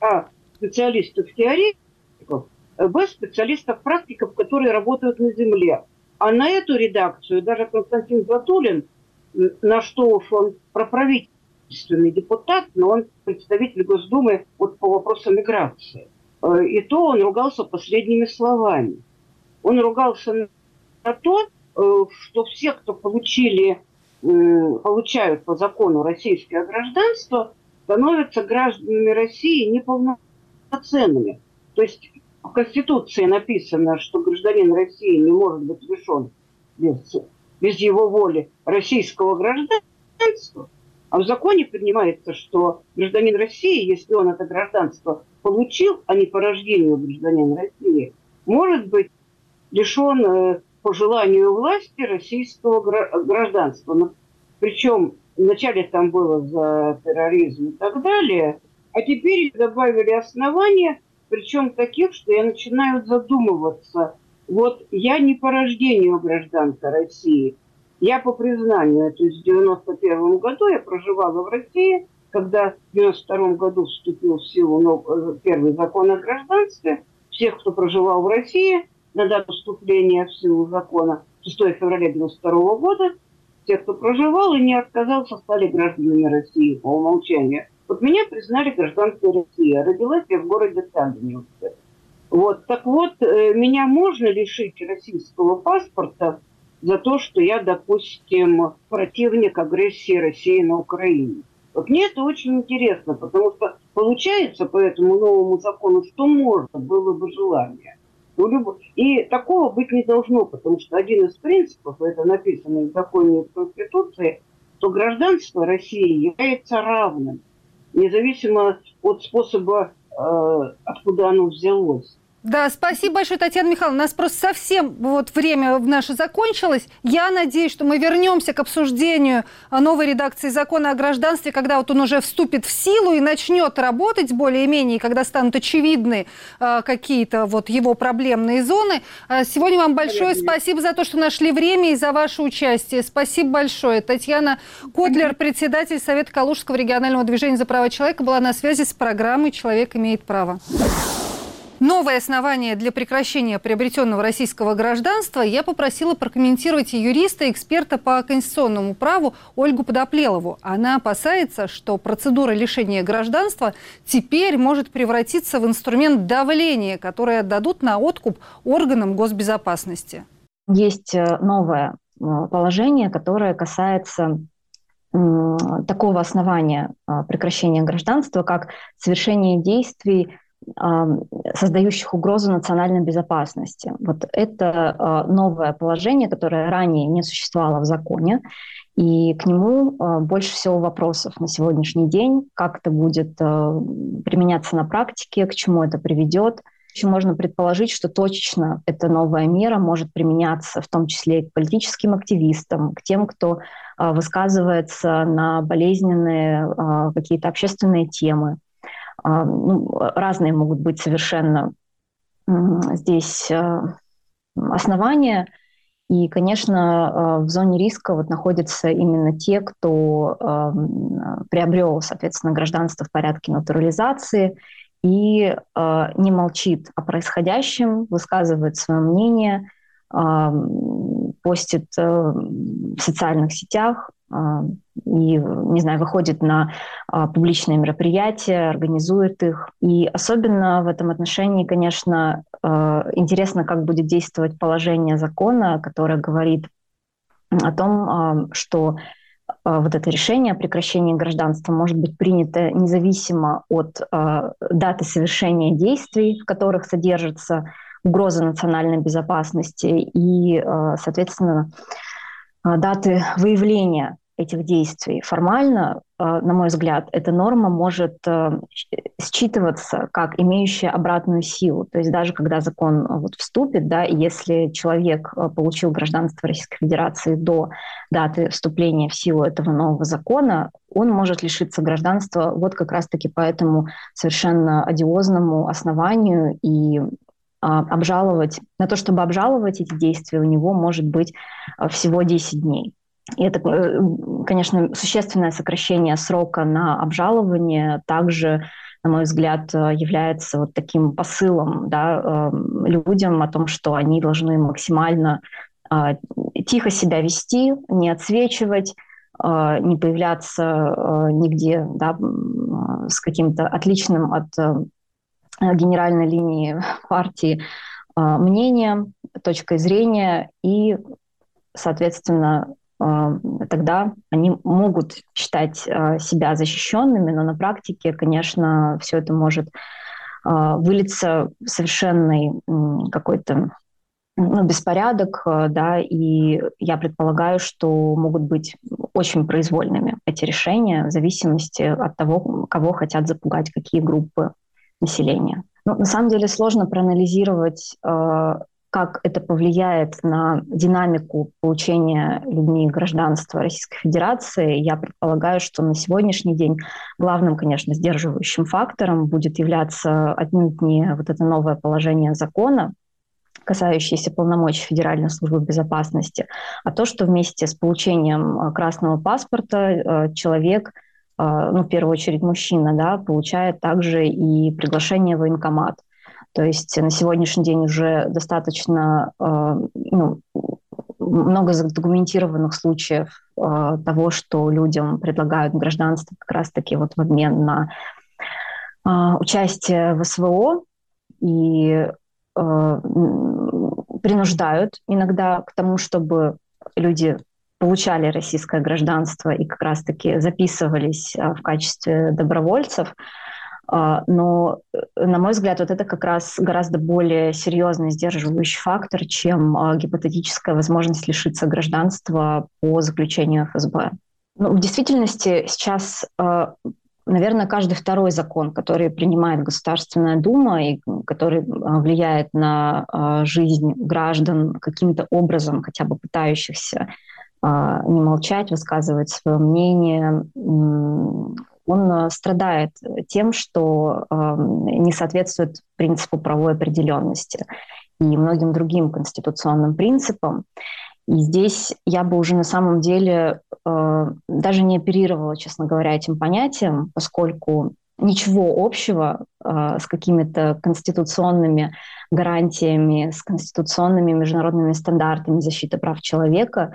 специалистов-теоретиков, специалистов-практиков, которые работают на земле. А на эту редакцию даже Константин Затулин, на что уж он проправительственный депутат, но он представитель Госдумы вот по вопросам миграции. И то он ругался последними словами. Он ругался на то, что все, кто получают по закону российское гражданство, становятся гражданами России неполноценными. То есть в Конституции написано, что гражданин России не может быть лишен без его воли российского гражданства. А в законе принимается, что гражданин России, если он это гражданство получил, а не по рождению гражданина России, может быть лишен по желанию власти российского гражданства. Причем вначале там было за терроризм и так далее, а теперь добавили основания, причем таких, что я начинаю задумываться, Вот я не по рождению гражданка России. Я по признанию, то есть в 91 году я проживала в России, когда в 92 году вступил в силу первый закон о гражданстве. Всех, кто проживал в России на дату вступления в силу закона 6 февраля 92 года, те, кто проживал и не отказался, стали гражданами России по умолчанию. Вот меня признали гражданкой России. Родилась я в городе Сандомирске. Вот. Так вот, меня можно лишить российского паспорта за то, что я, допустим, противник агрессии России на Украине. Вот мне это очень интересно, потому что получается по этому новому закону, что можно было бы желание. И такого быть не должно, потому что один из принципов, это написано в законе и в Конституции, что гражданство России является равным, независимо от способа, откуда оно взялось. Да, спасибо большое, Татьяна Михайловна. У нас просто совсем время наше закончилось. Я надеюсь, что мы вернемся к обсуждению новой редакции закона о гражданстве, когда он уже вступит в силу и начнет работать более-менее, когда станут очевидны какие-то его проблемные зоны. Сегодня вам большое спасибо за то, что нашли время и за ваше участие. Спасибо большое. Татьяна Котлер, председатель Совета Калужского регионального движения за права человека, была на связи с программой «Человек имеет право». Новое основание для прекращения приобретенного российского гражданства я попросила прокомментировать юриста, эксперта по конституционному праву Ольгу Подоплелову. Она опасается, что процедура лишения гражданства теперь может превратиться в инструмент давления, который отдадут на откуп органам госбезопасности. Есть новое положение, которое касается такого основания прекращения гражданства, как совершение действий, создающих угрозу национальной безопасности. Вот это новое положение, которое ранее не существовало в законе, и к нему больше всего вопросов на сегодняшний день, как это будет применяться на практике, к чему это приведет. Еще можно предположить, что точечно эта новая мера может применяться в том числе и к политическим активистам, к тем, кто высказывается на болезненные какие-то общественные темы. Разные могут быть совершенно здесь основания. И, конечно, в зоне риска находятся именно те, кто приобрел, соответственно, гражданство в порядке натурализации и не молчит о происходящем, высказывает свое мнение, постит в социальных сетях и, выходит на публичные мероприятия, организует их. И особенно в этом отношении, конечно, интересно, как будет действовать положение закона, которое говорит о том, что вот это решение о прекращении гражданства может быть принято независимо от даты совершения действий, в которых содержится угроза национальной безопасности и, соответственно, даты выявления этих действий. Формально, на мой взгляд, эта норма может считываться как имеющая обратную силу. То есть даже когда закон вступит, если человек получил гражданство Российской Федерации до даты вступления в силу этого нового закона, он может лишиться гражданства как раз-таки по этому совершенно одиозному основанию, и обжаловать, на то, чтобы обжаловать эти действия, у него может быть всего 10 дней. И это, конечно, существенное сокращение срока на обжалование также, на мой взгляд, является таким посылом людям о том, что они должны максимально тихо себя вести, не отсвечивать, не появляться нигде с каким-то отличным от генеральной линии партии мнением, точкой зрения, и, соответственно, тогда они могут считать себя защищенными, но на практике, конечно, все это может вылиться в совершенный какой-то беспорядок, и я предполагаю, что могут быть очень произвольными эти решения в зависимости от того, кого хотят запугать, какие группы населения. На самом деле сложно проанализировать, как это повлияет на динамику получения людьми гражданства Российской Федерации. Я предполагаю, что на сегодняшний день главным, конечно, сдерживающим фактором будет являться отнюдь не это новое положение закона, касающиеся полномочий Федеральной службы безопасности, а то, что вместе с получением красного паспорта человек, в первую очередь мужчина, да, получает также и приглашение в военкомат. То есть на сегодняшний день уже достаточно много задокументированных случаев того, что людям предлагают гражданство как раз-таки вот в обмен на участие в СВО и принуждают иногда к тому, чтобы люди получали российское гражданство и как раз-таки записывались в качестве добровольцев. Но, на мой взгляд, вот это как раз гораздо более серьезный сдерживающий фактор, чем гипотетическая возможность лишиться гражданства по заключению ФСБ. В действительности сейчас, наверное, каждый второй закон, который принимает Государственная Дума и который влияет на жизнь граждан каким-то образом, хотя бы пытающихся не молчать, высказывать свое мнение, он страдает тем, что не соответствует принципу правовой определенности и многим другим конституционным принципам. И здесь я бы уже на самом деле даже не оперировала, честно говоря, этим понятием, поскольку ничего общего с какими-то конституционными гарантиями, с конституционными международными стандартами защиты прав человека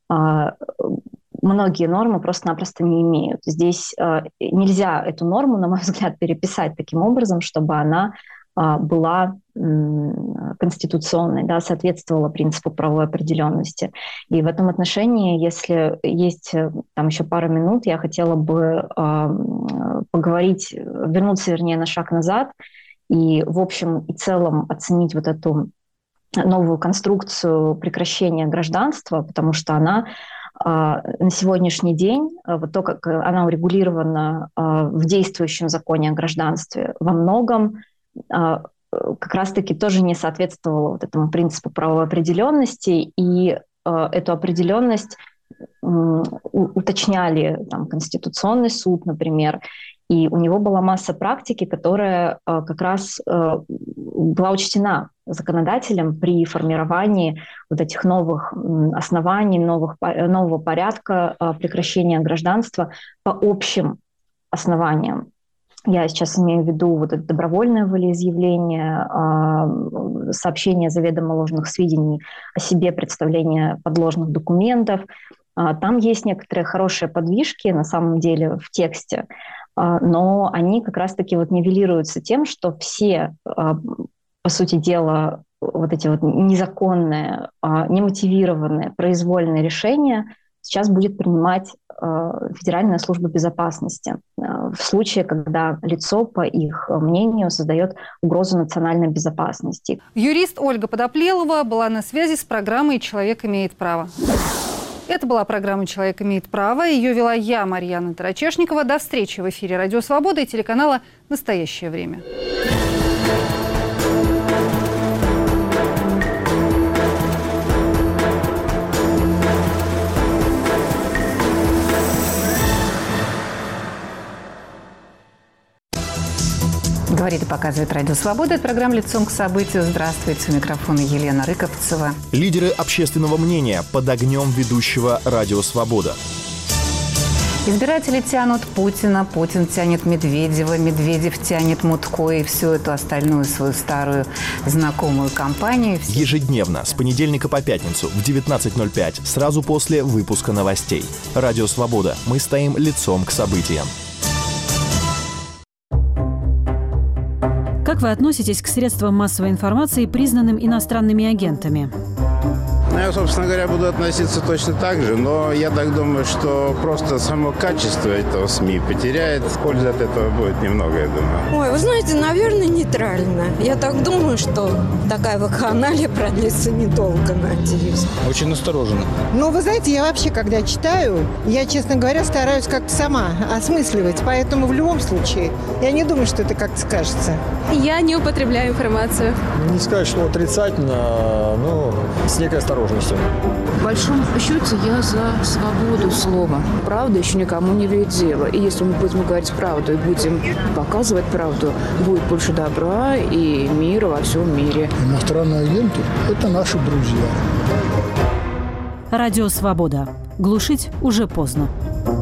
многие нормы просто-напросто не имеют. Здесь нельзя эту норму, на мой взгляд, переписать таким образом, чтобы она была конституционной, да, соответствовала принципу правовой определенности. И в этом отношении, если есть там еще пару минут, я хотела бы поговорить, вернуться, вернее, на шаг назад и в общем и целом оценить вот эту новую конструкцию прекращения гражданства, потому что она на сегодняшний день, вот то, как она урегулирована в действующем законе о гражданстве, во многом как раз-таки тоже не соответствовала вот этому принципу правовой определенности, и эту определенность уточняли там, Конституционный суд, например, и у него была масса практики, которая как раз была учтена законодателем при формировании вот этих новых оснований, нового порядка прекращения гражданства по общим основаниям. Я сейчас имею в виду вот это добровольное волеизъявление, сообщение заведомо ложных сведений о себе, представление подложных документов. Там есть некоторые хорошие подвижки, на самом деле, в тексте, но они как раз-таки вот нивелируются тем, что все, по сути дела, вот эти вот незаконные, немотивированные, произвольные решения сейчас будет принимать Федеральная служба безопасности в случае, когда лицо, по их мнению, создает угрозу национальной безопасности. Юрист Ольга Подоплелова была на связи с программой «Человек имеет право». Это была программа «Человек имеет право». Ее вела я, Марьяна Тарачешникова. До встречи в эфире «Радио Свобода» и телеканала «Настоящее время». Говорит и показывает «Радио Свобода». Это программа «Лицом к событию». Здравствуйте, у микрофона Елена Рыковцева. Лидеры общественного мнения под огнем ведущего «Радио Свобода». Избиратели тянут Путина, Путин тянет Медведева, Медведев тянет Мутко и всю эту остальную свою старую знакомую компанию. Ежедневно, с понедельника по пятницу в 19:05, сразу после выпуска новостей. «Радио Свобода». Мы стоим лицом к событиям. Как вы относитесь к средствам массовой информации, признанным иностранными агентами? Я, собственно говоря, буду относиться точно так же, но я так думаю, что просто само качество этого СМИ потеряет. Пользы от этого будет немного, я думаю. Ой, вы знаете, наверное, нейтрально. Я так думаю, что такая вакханалия продлится недолго, надеюсь. Очень настороженно. Ну, вы знаете, я вообще, когда читаю, я, честно говоря, стараюсь как-то сама осмысливать. Поэтому в любом случае, я не думаю, что это как-то скажется. Я не употребляю информацию. Не сказать, что отрицательно, но с некой осторожностью. осторожности. В большом счете я за свободу слова. Правда еще никому не вредит дело. И если мы будем говорить правду и будем показывать правду, будет больше добра и мира во всем мире. Иностранные агенты – это наши друзья. Радио «Свобода». Глушить уже поздно.